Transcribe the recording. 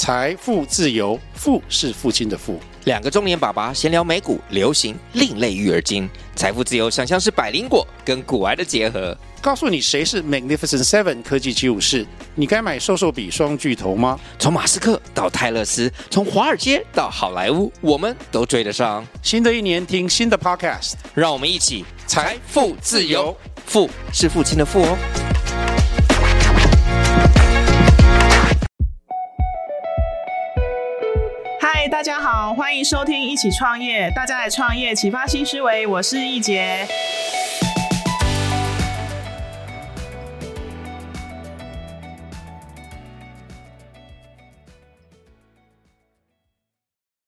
财富自由，富是父亲的富。 两个中年爸爸闲聊美股、流行、另类育儿经，财富自由想象是百灵果跟股癌的结合。 告诉你谁是 Magnificent Seven 科技75士，你该买瘦瘦比双巨头吗？ 从马斯克到泰勒斯，从华尔街到好莱坞，我们都追得上。 新的一年听新的 Podcast， 让我们一起财富自由， 富是父亲的富哦。 嗨，大家好，欢迎收听一起创业，大家来创业，启发新思维。我是易杰。